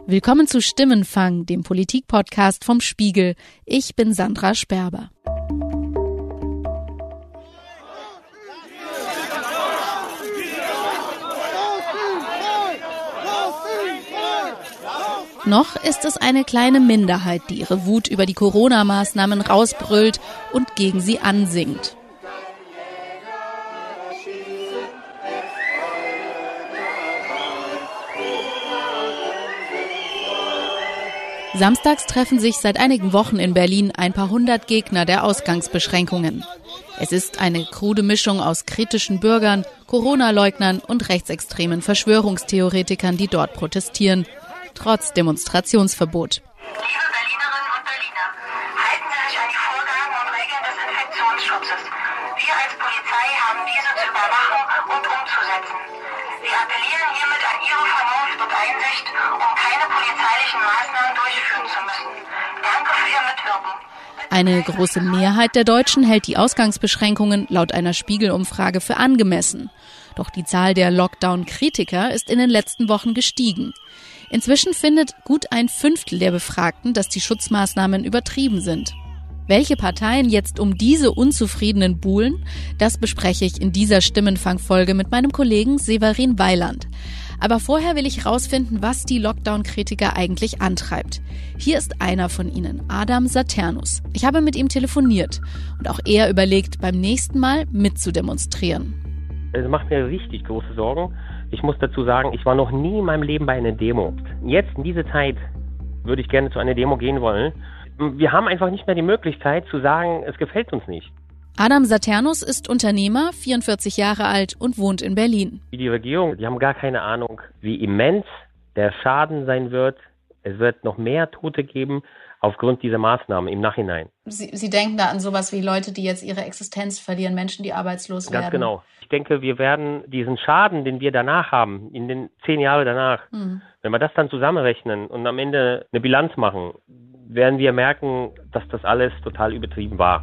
Willkommen zu Stimmenfang, dem Politik-Podcast vom Spiegel. Ich bin Sandra Sperber. Noch ist es eine kleine Minderheit, die ihre Wut über die Corona-Maßnahmen rausbrüllt und gegen sie ansingt. Samstags treffen sich seit einigen Wochen in Berlin ein paar hundert Gegner der Ausgangsbeschränkungen. Es ist eine krude Mischung aus kritischen Bürgern, Corona-Leugnern und rechtsextremen Verschwörungstheoretikern, die dort protestieren, trotz Demonstrationsverbot. Liebe Berlinerinnen und Berliner, halten Sie sich an die Vorgaben und Regeln des Infektionsschutzes. Wir als Polizei haben diese zu überwachen und umzusetzen. Wir appellieren hiermit an Ihre Vernunft und Einsicht, um keine polizeilichen Maßnahmen durchführen zu müssen. Danke für Ihr Mitwirken. Eine große Mehrheit der Deutschen hält die Ausgangsbeschränkungen laut einer Spiegel-Umfrage für angemessen. Doch die Zahl der Lockdown-Kritiker ist in den letzten Wochen gestiegen. Inzwischen findet gut ein Fünftel der Befragten, dass die Schutzmaßnahmen übertrieben sind. Welche Parteien jetzt um diese Unzufriedenen buhlen, das bespreche ich in dieser Stimmenfang-Folge mit meinem Kollegen Severin Weiland. Aber vorher will ich herausfinden, was die Lockdown-Kritiker eigentlich antreibt. Hier ist einer von ihnen, Adam Saternus. Ich habe mit ihm telefoniert und auch er überlegt, beim nächsten Mal mitzudemonstrieren. Es macht mir richtig große Sorgen. Ich muss dazu sagen, ich war noch nie in meinem Leben bei einer Demo. Jetzt, in dieser Zeit, würde ich gerne zu einer Demo gehen wollen. Wir haben einfach nicht mehr die Möglichkeit zu sagen, es gefällt uns nicht. Adam Saternus ist Unternehmer, 44 Jahre alt und wohnt in Berlin. Die Regierung, die haben gar keine Ahnung, wie immens der Schaden sein wird. Es wird noch mehr Tote geben aufgrund dieser Maßnahmen im Nachhinein. Sie denken da an sowas wie Leute, die jetzt ihre Existenz verlieren, Menschen, die arbeitslos werden. Ganz genau. Ich denke, wir werden diesen Schaden, den wir danach haben, in den 10 Jahren danach, wenn wir das dann zusammenrechnen und am Ende eine Bilanz machen, werden wir merken, dass das alles total übertrieben war.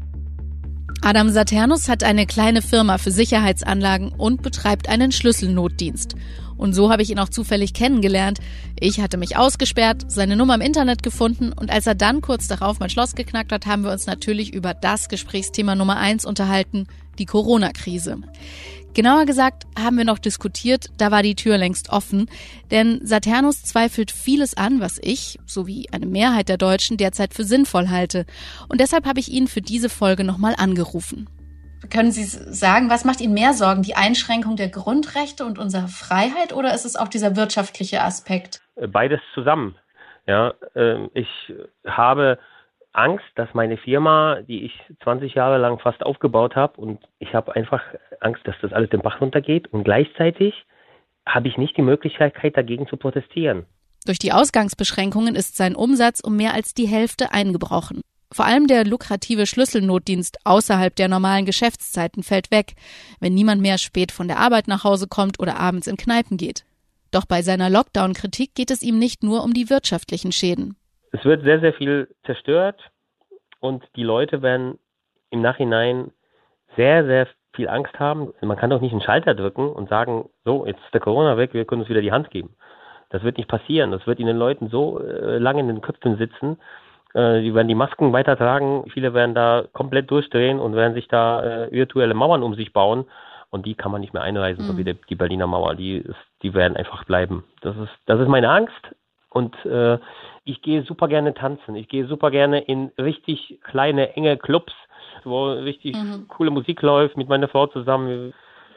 Adam Saternus hat eine kleine Firma für Sicherheitsanlagen und betreibt einen Schlüsselnotdienst. Und so habe ich ihn auch zufällig kennengelernt. Ich hatte mich ausgesperrt, seine Nummer im Internet gefunden und als er dann kurz darauf mein Schloss geknackt hat, haben wir uns natürlich über das Gesprächsthema Nummer 1 unterhalten, die Corona-Krise. Genauer gesagt haben wir noch diskutiert, da war die Tür längst offen, denn Saternus zweifelt vieles an, was ich, sowie eine Mehrheit der Deutschen, derzeit für sinnvoll halte. Und deshalb habe ich ihn für diese Folge nochmal angerufen. Können Sie sagen, was macht Ihnen mehr Sorgen, die Einschränkung der Grundrechte und unserer Freiheit oder ist es auch dieser wirtschaftliche Aspekt? Beides zusammen. Ja, ich habe Angst, dass meine Firma, die ich 20 Jahre lang fast aufgebaut habe, und ich habe einfach Angst, dass das alles den Bach runtergeht und gleichzeitig habe ich nicht die Möglichkeit, dagegen zu protestieren. Durch die Ausgangsbeschränkungen ist sein Umsatz um mehr als die Hälfte eingebrochen. Vor allem der lukrative Schlüsselnotdienst außerhalb der normalen Geschäftszeiten fällt weg, wenn niemand mehr spät von der Arbeit nach Hause kommt oder abends in Kneipen geht. Doch bei seiner Lockdown-Kritik geht es ihm nicht nur um die wirtschaftlichen Schäden. Es wird sehr, sehr viel zerstört und die Leute werden im Nachhinein sehr, sehr viel Angst haben. Man kann doch nicht einen Schalter drücken und sagen, so, jetzt ist der Corona weg, wir können uns wieder die Hand geben. Das wird nicht passieren. Das wird in den Leuten so lange in den Köpfen sitzen. Die werden die Masken weitertragen. Viele werden da komplett durchdrehen und werden sich da virtuelle Mauern um sich bauen. Und die kann man nicht mehr einreißen, so wie die Berliner Mauer. Die werden einfach bleiben. Das ist meine Angst. Und ich gehe super gerne tanzen. Ich gehe super gerne in richtig kleine, enge Clubs, wo richtig coole Musik läuft, mit meiner Frau zusammen.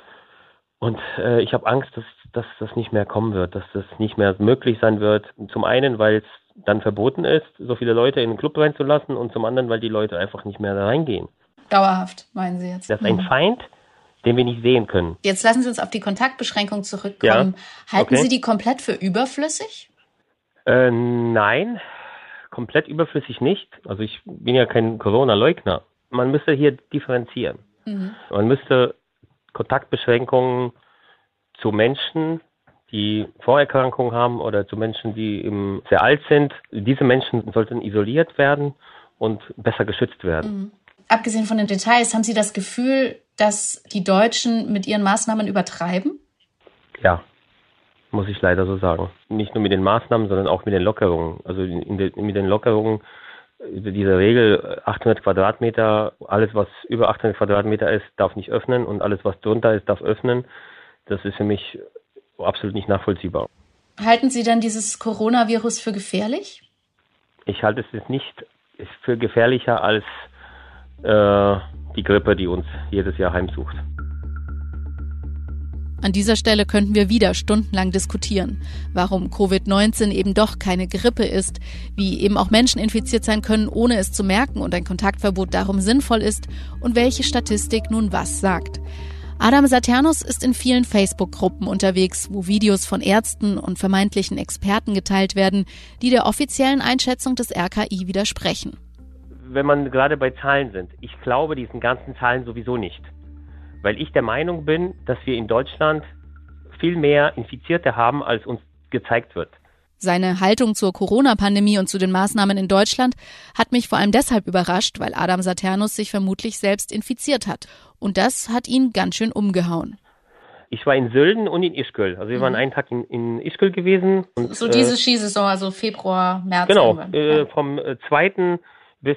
Und ich habe Angst, dass das nicht mehr kommen wird, dass das nicht mehr möglich sein wird. Zum einen, weil es dann verboten ist, so viele Leute in den Club reinzulassen und zum anderen, weil die Leute einfach nicht mehr da reingehen. Dauerhaft, meinen Sie jetzt? Das ist ein Feind, den wir nicht sehen können. Jetzt lassen Sie uns auf die Kontaktbeschränkung zurückkommen. Ja, halten Sie die komplett für überflüssig? Nein, komplett überflüssig nicht. Also ich bin ja kein Corona-Leugner. Man müsste hier differenzieren. Man müsste Kontaktbeschränkungen zu Menschen, die Vorerkrankungen haben oder zu Menschen, die eben sehr alt sind. Diese Menschen sollten isoliert werden und besser geschützt werden. Abgesehen von den Details, haben Sie das Gefühl, dass die Deutschen mit ihren Maßnahmen übertreiben? Ja, muss ich leider so sagen. Nicht nur mit den Maßnahmen, sondern auch mit den Lockerungen. Also mit den Lockerungen dieser Regel 800 Quadratmeter, alles was über 800 Quadratmeter ist, darf nicht öffnen und alles was drunter ist, darf öffnen. Das ist für mich absolut nicht nachvollziehbar. Halten Sie denn dieses Coronavirus für gefährlich? Ich halte es nicht für gefährlicher als die Grippe, die uns jedes Jahr heimsucht. An dieser Stelle könnten wir wieder stundenlang diskutieren, warum Covid-19 eben doch keine Grippe ist, wie eben auch Menschen infiziert sein können, ohne es zu merken und ein Kontaktverbot darum sinnvoll ist und welche Statistik nun was sagt. Adam Saternus ist in vielen Facebook-Gruppen unterwegs, wo Videos von Ärzten und vermeintlichen Experten geteilt werden, die der offiziellen Einschätzung des RKI widersprechen. Wenn man gerade bei Zahlen sind, ich glaube diesen ganzen Zahlen sowieso nicht. Weil ich der Meinung bin, dass wir in Deutschland viel mehr Infizierte haben, als uns gezeigt wird. Seine Haltung zur Corona-Pandemie und zu den Maßnahmen in Deutschland hat mich vor allem deshalb überrascht, weil Adam Saternus sich vermutlich selbst infiziert hat. Und das hat ihn ganz schön umgehauen. Ich war in Sölden und in Ischgl. Also wir waren einen Tag in Ischgl gewesen. Und, so diese Skisaison, also Februar, März. Genau, vom 2. bis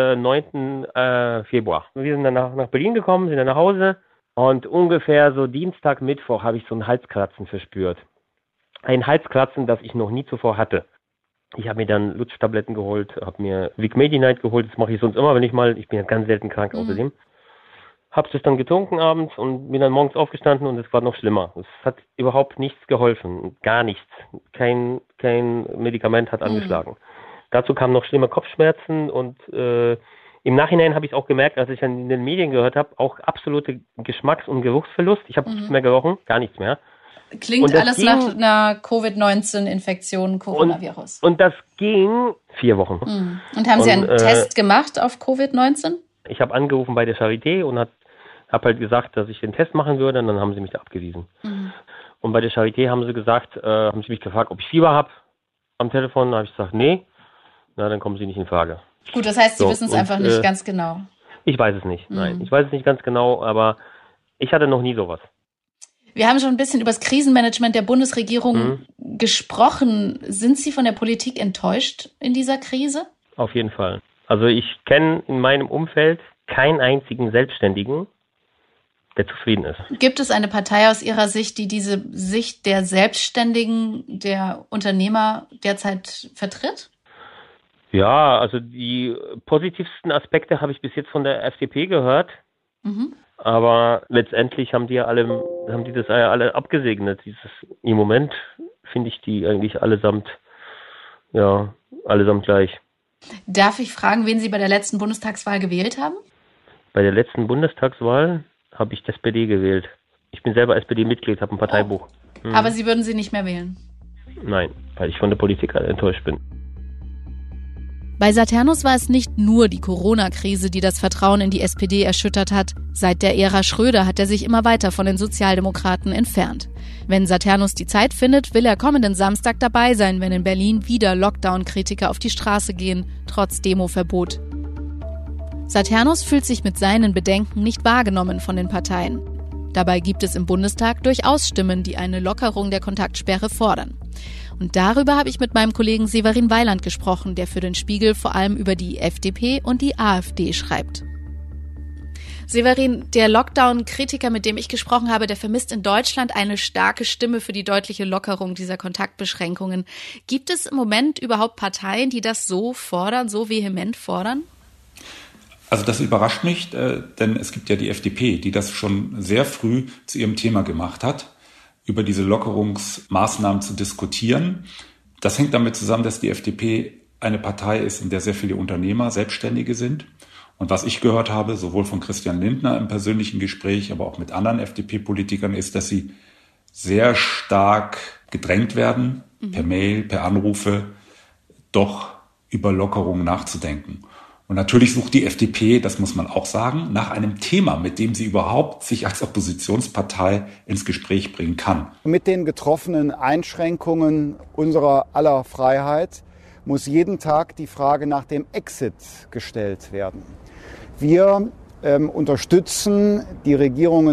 9. Februar. Wir sind dann nach Berlin gekommen, sind dann nach Hause. Und ungefähr so Dienstag, Mittwoch habe ich so ein Halskratzen verspürt. Ein Halskratzen, das ich noch nie zuvor hatte. Ich habe mir dann Lutschtabletten geholt, habe mir Vicmedinite geholt. Das mache ich sonst immer, ich bin ja ganz selten krank außerdem. Habe das dann getrunken abends und bin dann morgens aufgestanden und es war noch schlimmer. Es hat überhaupt nichts geholfen, gar nichts. Kein Medikament hat angeschlagen. Dazu kamen noch schlimme Kopfschmerzen und im Nachhinein habe ich auch gemerkt, als ich dann in den Medien gehört habe, auch absolute Geschmacks- und Geruchsverlust. Ich habe nichts mehr gerochen, gar nichts mehr. Klingt alles nach einer Covid-19-Infektion, Coronavirus. Und das ging 4 Wochen. Und haben Sie einen Test gemacht auf Covid-19? Ich habe angerufen bei der Charité und habe halt gesagt, dass ich den Test machen würde, und dann haben sie mich da abgewiesen. Und bei der Charité haben sie mich gefragt, ob ich Fieber habe am Telefon. Da habe ich gesagt, nee, na dann kommen Sie nicht in Frage. Gut, das heißt, Sie wissen es einfach nicht ganz genau. Ich weiß es nicht, nein. Ich weiß es nicht ganz genau, aber ich hatte noch nie sowas. Wir haben schon ein bisschen über das Krisenmanagement der Bundesregierung gesprochen. Sind Sie von der Politik enttäuscht in dieser Krise? Auf jeden Fall. Also ich kenne in meinem Umfeld keinen einzigen Selbstständigen, der zufrieden ist. Gibt es eine Partei aus Ihrer Sicht, die diese Sicht der Selbstständigen, der Unternehmer derzeit vertritt? Ja, also die positivsten Aspekte habe ich bis jetzt von der FDP gehört. Aber letztendlich haben die das ja alle abgesegnet. Im Moment finde ich die eigentlich allesamt gleich. Darf ich fragen, wen Sie bei der letzten Bundestagswahl gewählt haben? Bei der letzten Bundestagswahl habe ich SPD gewählt. Ich bin selber SPD-Mitglied, habe ein Parteibuch. Aber Sie würden sie nicht mehr wählen? Nein, weil ich von der Politik enttäuscht bin. Bei Saternus war es nicht nur die Corona-Krise, die das Vertrauen in die SPD erschüttert hat. Seit der Ära Schröder hat er sich immer weiter von den Sozialdemokraten entfernt. Wenn Saternus die Zeit findet, will er kommenden Samstag dabei sein, wenn in Berlin wieder Lockdown-Kritiker auf die Straße gehen, trotz Demoverbot. Saternus fühlt sich mit seinen Bedenken nicht wahrgenommen von den Parteien. Dabei gibt es im Bundestag durchaus Stimmen, die eine Lockerung der Kontaktsperre fordern. Und darüber habe ich mit meinem Kollegen Severin Weiland gesprochen, der für den Spiegel vor allem über die FDP und die AfD schreibt. Severin, der Lockdown-Kritiker, mit dem ich gesprochen habe, der vermisst in Deutschland eine starke Stimme für die deutliche Lockerung dieser Kontaktbeschränkungen. Gibt es im Moment überhaupt Parteien, die das so fordern, so vehement fordern? Also das überrascht mich, denn es gibt ja die FDP, die das schon sehr früh zu ihrem Thema gemacht hat, über diese Lockerungsmaßnahmen zu diskutieren. Das hängt damit zusammen, dass die FDP eine Partei ist, in der sehr viele Unternehmer, Selbstständige sind. Und was ich gehört habe, sowohl von Christian Lindner im persönlichen Gespräch, aber auch mit anderen FDP-Politikern, ist, dass sie sehr stark gedrängt werden, per Mail, per Anrufe, doch über Lockerungen nachzudenken. Und natürlich sucht die FDP, das muss man auch sagen, nach einem Thema, mit dem sie überhaupt sich als Oppositionspartei ins Gespräch bringen kann. Mit den getroffenen Einschränkungen unserer aller Freiheit muss jeden Tag die Frage nach dem Exit gestellt werden. Wir unterstützen die Regierungen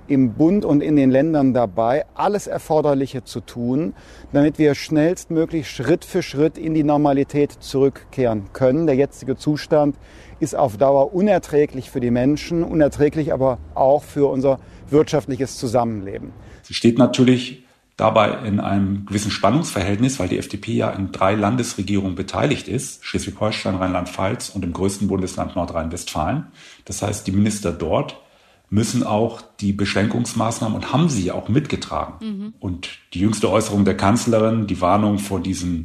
im Bund und in den Ländern dabei, alles Erforderliche zu tun, damit wir schnellstmöglich Schritt für Schritt in die Normalität zurückkehren können. Der jetzige Zustand ist auf Dauer unerträglich für die Menschen, unerträglich aber auch für unser wirtschaftliches Zusammenleben. Sie steht natürlich dabei in einem gewissen Spannungsverhältnis, weil die FDP ja in 3 Landesregierungen beteiligt ist, Schleswig-Holstein, Rheinland-Pfalz und im größten Bundesland Nordrhein-Westfalen. Das heißt, die Minister dort müssen auch die Beschränkungsmaßnahmen und haben sie auch mitgetragen. Und die jüngste Äußerung der Kanzlerin, die Warnung vor diesen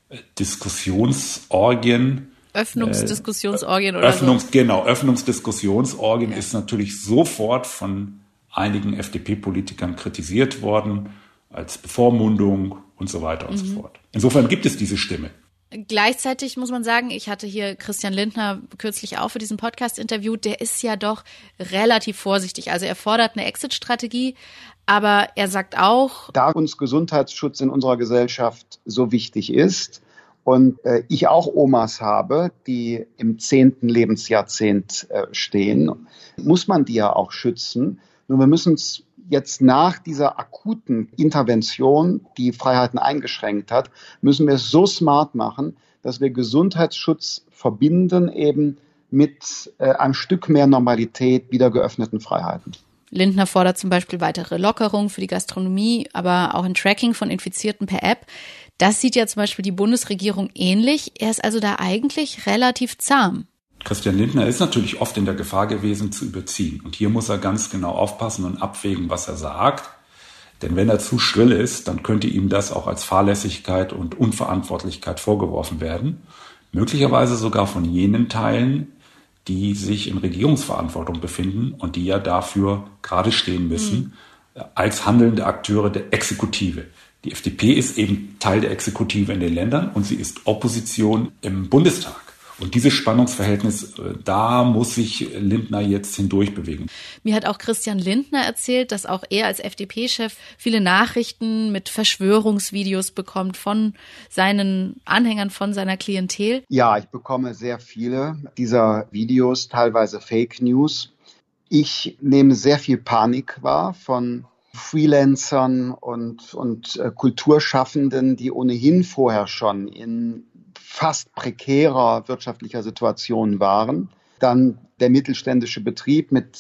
Diskussionsorgien, Öffnungsdiskussionsorgien oder so. Genau, Öffnungsdiskussionsorgien ist natürlich sofort von einigen FDP-Politikern kritisiert worden als Bevormundung und so weiter und so fort. Insofern gibt es diese Stimme. Gleichzeitig muss man sagen, ich hatte hier Christian Lindner kürzlich auch für diesen Podcast interviewt, der ist ja doch relativ vorsichtig. Also er fordert eine Exit-Strategie, aber er sagt auch, da uns Gesundheitsschutz in unserer Gesellschaft so wichtig ist und ich auch Omas habe, die im 10. Lebensjahrzehnt stehen, muss man die ja auch schützen. Nur wir müssen es jetzt nach dieser akuten Intervention, die Freiheiten eingeschränkt hat, müssen wir es so smart machen, dass wir Gesundheitsschutz verbinden eben mit einem Stück mehr Normalität, wieder geöffneten Freiheiten. Lindner fordert zum Beispiel weitere Lockerungen für die Gastronomie, aber auch ein Tracking von Infizierten per App. Das sieht ja zum Beispiel die Bundesregierung ähnlich. Er ist also da eigentlich relativ zahm. Christian Lindner ist natürlich oft in der Gefahr gewesen, zu überziehen. Und hier muss er ganz genau aufpassen und abwägen, was er sagt. Denn wenn er zu schrill ist, dann könnte ihm das auch als Fahrlässigkeit und Unverantwortlichkeit vorgeworfen werden. Möglicherweise sogar von jenen Teilen, die sich in Regierungsverantwortung befinden und die ja dafür gerade stehen müssen, als handelnde Akteure der Exekutive. Die FDP ist eben Teil der Exekutive in den Ländern und sie ist Opposition im Bundestag. Und dieses Spannungsverhältnis, da muss sich Lindner jetzt hindurch bewegen. Mir hat auch Christian Lindner erzählt, dass auch er als FDP-Chef viele Nachrichten mit Verschwörungsvideos bekommt von seinen Anhängern, von seiner Klientel. Ja, ich bekomme sehr viele dieser Videos, teilweise Fake News. Ich nehme sehr viel Panik wahr von Freelancern und Kulturschaffenden, die ohnehin vorher schon in fast prekärer wirtschaftlicher Situation waren. Dann der mittelständische Betrieb mit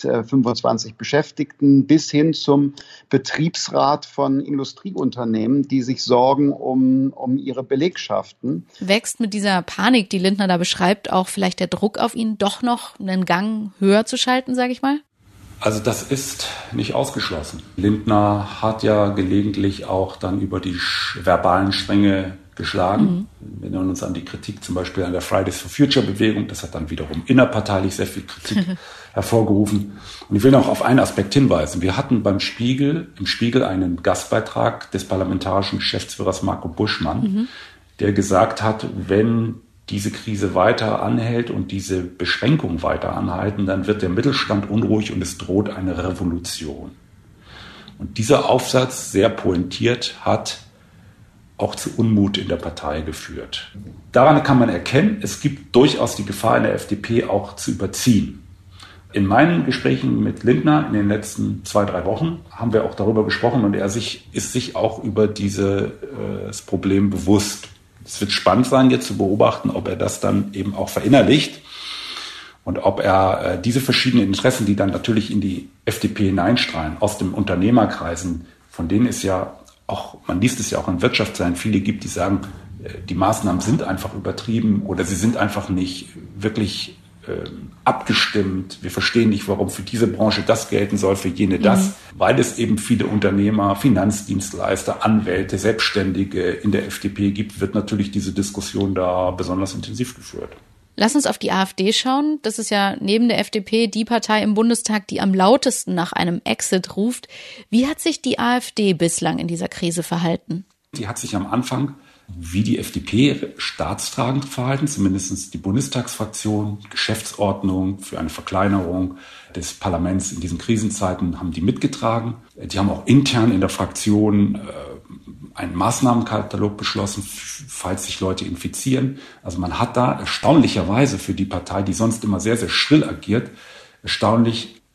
25 Beschäftigten bis hin zum Betriebsrat von Industrieunternehmen, die sich sorgen um ihre Belegschaften. Wächst mit dieser Panik, die Lindner da beschreibt, auch vielleicht der Druck auf ihn, doch noch einen Gang höher zu schalten, sage ich mal? Also das ist nicht ausgeschlossen. Lindner hat ja gelegentlich auch dann über die verbalen Stränge geschlagen. Wir erinnern uns an die Kritik zum Beispiel an der Fridays for Future Bewegung. Das hat dann wiederum innerparteilich sehr viel Kritik hervorgerufen. Und ich will noch auf einen Aspekt hinweisen. Wir hatten im Spiegel einen Gastbeitrag des parlamentarischen Geschäftsführers Marco Buschmann, der gesagt hat, wenn diese Krise weiter anhält und diese Beschränkungen weiter anhalten, dann wird der Mittelstand unruhig und es droht eine Revolution. Und dieser Aufsatz, sehr pointiert, hat auch zu Unmut in der Partei geführt. Daran kann man erkennen, es gibt durchaus die Gefahr in der FDP auch zu überziehen. In meinen Gesprächen mit Lindner in den letzten 2-3 Wochen haben wir auch darüber gesprochen und er ist sich auch über das Problem bewusst. Es wird spannend sein, jetzt zu beobachten, ob er das dann eben auch verinnerlicht und ob er diese verschiedenen Interessen, die dann natürlich in die FDP hineinstrahlen, aus den Unternehmerkreisen, von denen es ja auch, man liest es ja auch in Wirtschaftszeilen, viele gibt, die sagen, die Maßnahmen sind einfach übertrieben oder sie sind einfach nicht wirklich abgestimmt. Wir verstehen nicht, warum für diese Branche das gelten soll, für jene das, weil es eben viele Unternehmer, Finanzdienstleister, Anwälte, Selbstständige in der FDP gibt, wird natürlich diese Diskussion da besonders intensiv geführt. Lass uns auf die AfD schauen. Das ist ja neben der FDP die Partei im Bundestag, die am lautesten nach einem Exit ruft. Wie hat sich die AfD bislang in dieser Krise verhalten? Die hat sich am Anfang wie die FDP staatstragend verhalten, zumindest die Bundestagsfraktion, Geschäftsordnung für eine Verkleinerung des Parlaments in diesen Krisenzeiten haben die mitgetragen. Die haben auch intern in der Fraktion einen Maßnahmenkatalog beschlossen, falls sich Leute infizieren. Also man hat da erstaunlicherweise für die Partei, die sonst immer sehr, sehr schrill agiert, erstaunlich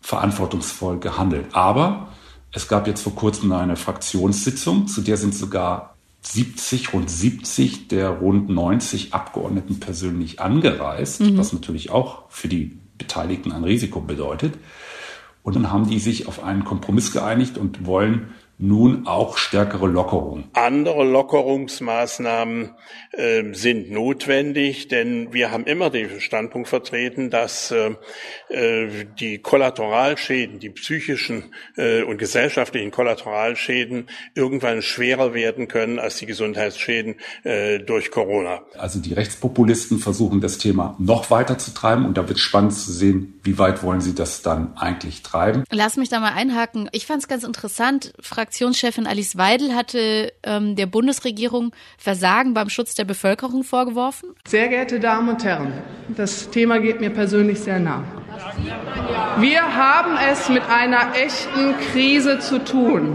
verantwortungsvoll gehandelt. Aber es gab jetzt vor kurzem eine Fraktionssitzung, zu der sind sogar rund 70 der rund 90 Abgeordneten persönlich angereist, was natürlich auch für die Beteiligten ein Risiko bedeutet. Und dann haben die sich auf einen Kompromiss geeinigt und wollen nun auch stärkere Lockerungen. Andere Lockerungsmaßnahmen sind notwendig, denn wir haben immer den Standpunkt vertreten, dass die Kollateralschäden, die psychischen und gesellschaftlichen Kollateralschäden irgendwann schwerer werden können als die Gesundheitsschäden durch Corona. Also die Rechtspopulisten versuchen das Thema noch weiter zu treiben und da wird spannend zu sehen, wie weit wollen sie das dann eigentlich treiben. Lass mich da mal einhaken. Ich fand es ganz interessant. Fraktionschefin Alice Weidel hatte der Bundesregierung Versagen beim Schutz der Bevölkerung vorgeworfen. Sehr geehrte Damen und Herren, das Thema geht mir persönlich sehr nah. Wir haben es mit einer echten Krise zu tun.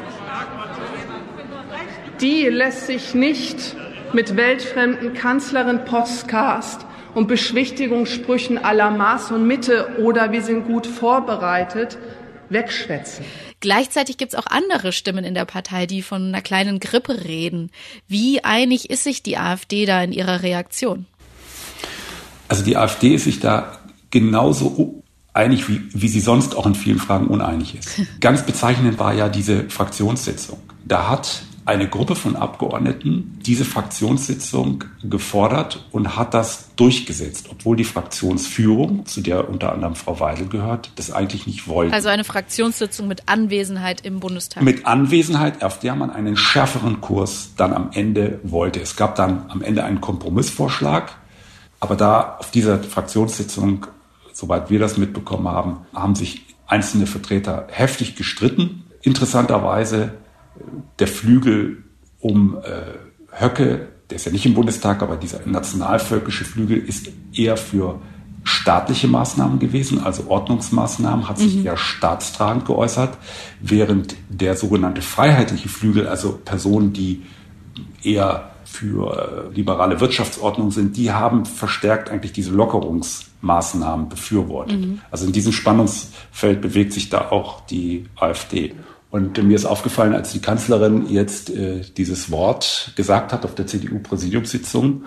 Die lässt sich nicht mit weltfremden Kanzlerin-Podcast und Beschwichtigungssprüchen à la Maß und Mitte oder wir sind gut vorbereitet wegschwätzen. Gleichzeitig gibt es auch andere Stimmen in der Partei, die von einer kleinen Grippe reden. Wie einig ist sich die AfD da in ihrer Reaktion? Also die AfD ist sich da genauso einig, wie sie sonst auch in vielen Fragen uneinig ist. Ganz bezeichnend war ja diese Fraktionssitzung. Da hat eine Gruppe von Abgeordneten diese Fraktionssitzung gefordert und hat das durchgesetzt, obwohl die Fraktionsführung, zu der unter anderem Frau Weidel gehört, das eigentlich nicht wollte. Also eine Fraktionssitzung mit Anwesenheit im Bundestag. Mit Anwesenheit, auf der man einen schärferen Kurs dann am Ende wollte. Es gab dann am Ende einen Kompromissvorschlag, aber da auf dieser Fraktionssitzung, soweit wir das mitbekommen haben, haben sich einzelne Vertreter heftig gestritten. Interessanterweise der Flügel um Höcke, der ist ja nicht im Bundestag, aber dieser nationalvölkische Flügel ist eher für staatliche Maßnahmen gewesen, also Ordnungsmaßnahmen, hat sich eher staatstragend geäußert, während der sogenannte freiheitliche Flügel, also Personen, die eher für liberale Wirtschaftsordnung sind, die haben verstärkt eigentlich diese Lockerungsmaßnahmen befürwortet. Also in diesem Spannungsfeld bewegt sich da auch die AfD. Und mir ist aufgefallen, als die Kanzlerin jetzt dieses Wort gesagt hat auf der CDU-Präsidiumssitzung,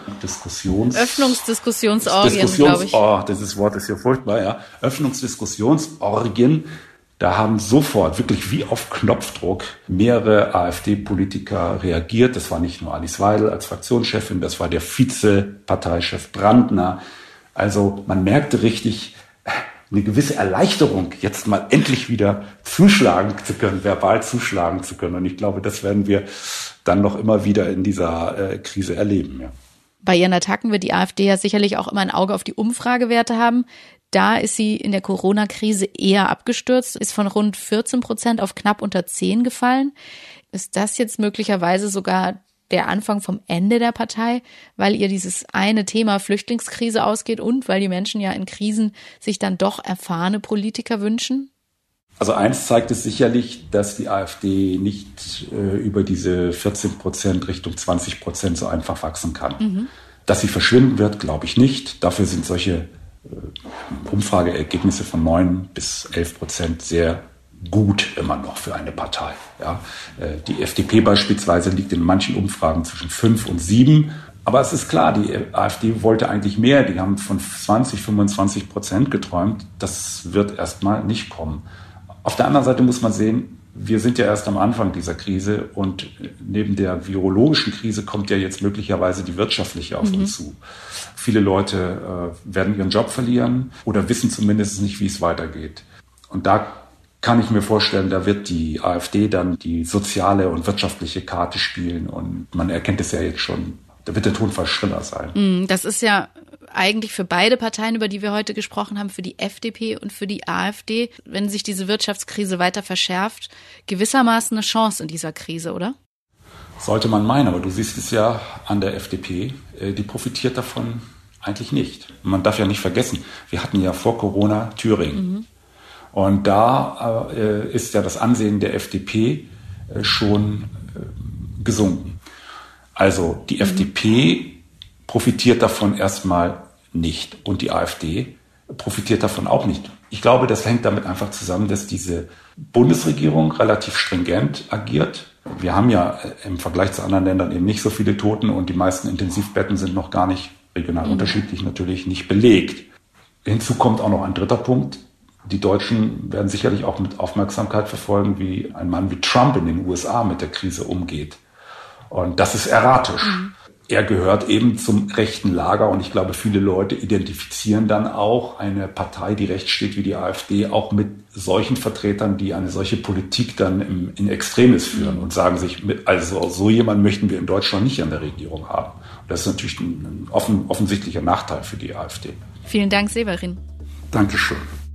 Öffnungsdiskussionsorgien, glaube ich. Oh, dieses Wort ist ja furchtbar, ja. Öffnungsdiskussionsorgien. Da haben sofort, wirklich wie auf Knopfdruck, mehrere AfD-Politiker reagiert. Das war nicht nur Alice Weidel als Fraktionschefin, das war der Vize-Parteichef Brandner. Also man merkte richtig eine gewisse Erleichterung, jetzt mal endlich wieder zuschlagen zu können, verbal zuschlagen zu können. Und ich glaube, das werden wir dann noch immer wieder in dieser Krise erleben. Ja. Bei ihren Attacken wird die AfD ja sicherlich auch immer ein Auge auf die Umfragewerte haben. Da ist sie in der Corona-Krise eher abgestürzt, ist von rund 14% auf knapp unter 10 gefallen. Ist das jetzt möglicherweise sogar der Anfang vom Ende der Partei, weil ihr dieses eine Thema Flüchtlingskrise ausgeht und weil die Menschen ja in Krisen sich dann doch erfahrene Politiker wünschen? Also eins zeigt es sicherlich, dass die AfD nicht über diese 14% Richtung 20% so einfach wachsen kann. Dass sie verschwinden wird, glaube ich nicht. Dafür sind solche Umfrageergebnisse von 9-11% sehr gut immer noch für eine Partei. Ja. Die FDP beispielsweise liegt in manchen Umfragen zwischen 5 und 7. Aber es ist klar, die AfD wollte eigentlich mehr. Die haben von 20-25% geträumt. Das wird erstmal nicht kommen. Auf der anderen Seite muss man sehen, wir sind ja erst am Anfang dieser Krise und neben der virologischen Krise kommt ja jetzt möglicherweise die wirtschaftliche auf uns zu. Viele Leute werden ihren Job verlieren oder wissen zumindest nicht, wie es weitergeht. Und da kann ich mir vorstellen, da wird die AfD dann die soziale und wirtschaftliche Karte spielen und man erkennt es ja jetzt schon, da wird der Tonfall schriller sein. Das ist ja eigentlich für beide Parteien, über die wir heute gesprochen haben, für die FDP und für die AfD, wenn sich diese Wirtschaftskrise weiter verschärft, gewissermaßen eine Chance in dieser Krise, oder? Sollte man meinen, aber du siehst es ja an der FDP, die profitiert davon eigentlich nicht. Man darf ja nicht vergessen, wir hatten ja vor Corona Thüringen. Und da ist ja das Ansehen der FDP schon gesunken. Also die FDP profitiert davon erstmal nicht und die AfD profitiert davon auch nicht. Ich glaube, das hängt damit einfach zusammen, dass diese Bundesregierung relativ stringent agiert. Wir haben ja im Vergleich zu anderen Ländern eben nicht so viele Toten und die meisten Intensivbetten sind noch gar nicht, regional unterschiedlich natürlich, nicht belegt. Hinzu kommt auch noch ein dritter Punkt. Die Deutschen werden sicherlich auch mit Aufmerksamkeit verfolgen, wie ein Mann wie Trump in den USA mit der Krise umgeht. Und das ist erratisch. Er gehört eben zum rechten Lager und ich glaube, viele Leute identifizieren dann auch eine Partei, die rechts steht wie die AfD, auch mit solchen Vertretern, die eine solche Politik dann in Extremis führen und sagen sich, also so jemanden möchten wir in Deutschland nicht an der Regierung haben. Und das ist natürlich ein offensichtlicher Nachteil für die AfD. Vielen Dank, Severin. Dankeschön.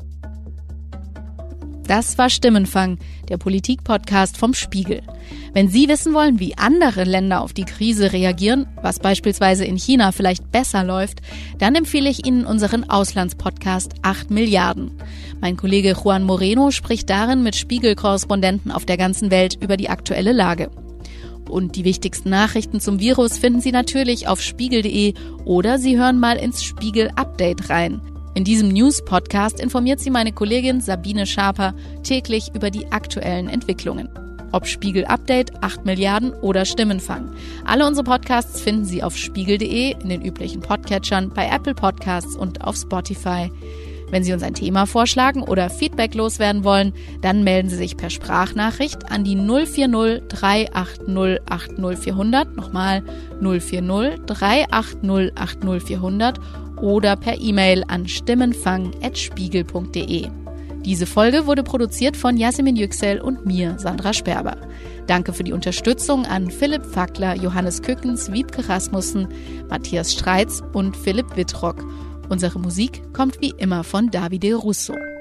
Das war Stimmenfang, der Politik-Podcast vom Spiegel. Wenn Sie wissen wollen, wie andere Länder auf die Krise reagieren, was beispielsweise in China vielleicht besser läuft, dann empfehle ich Ihnen unseren Auslandspodcast 8 Milliarden. Mein Kollege Juan Moreno spricht darin mit Spiegel-Korrespondenten auf der ganzen Welt über die aktuelle Lage. Und die wichtigsten Nachrichten zum Virus finden Sie natürlich auf spiegel.de oder Sie hören mal ins Spiegel-Update rein. In diesem News-Podcast informiert Sie meine Kollegin Sabine Schaper täglich über die aktuellen Entwicklungen. Ob Spiegel Update, 8 Milliarden oder Stimmenfang. Alle unsere Podcasts finden Sie auf spiegel.de, in den üblichen Podcatchern, bei Apple Podcasts und auf Spotify. Wenn Sie uns ein Thema vorschlagen oder Feedback loswerden wollen, dann melden Sie sich per Sprachnachricht an die 040 380 80 400, nochmal 040 380 80 400 oder per E-Mail an stimmenfang@spiegel.de. Diese Folge wurde produziert von Yasemin Yüksel und mir, Sandra Sperber. Danke für die Unterstützung an Philipp Fackler, Johannes Kückens, Wiebke Rasmussen, Matthias Streitz und Philipp Wittrock. Unsere Musik kommt wie immer von Davide Russo.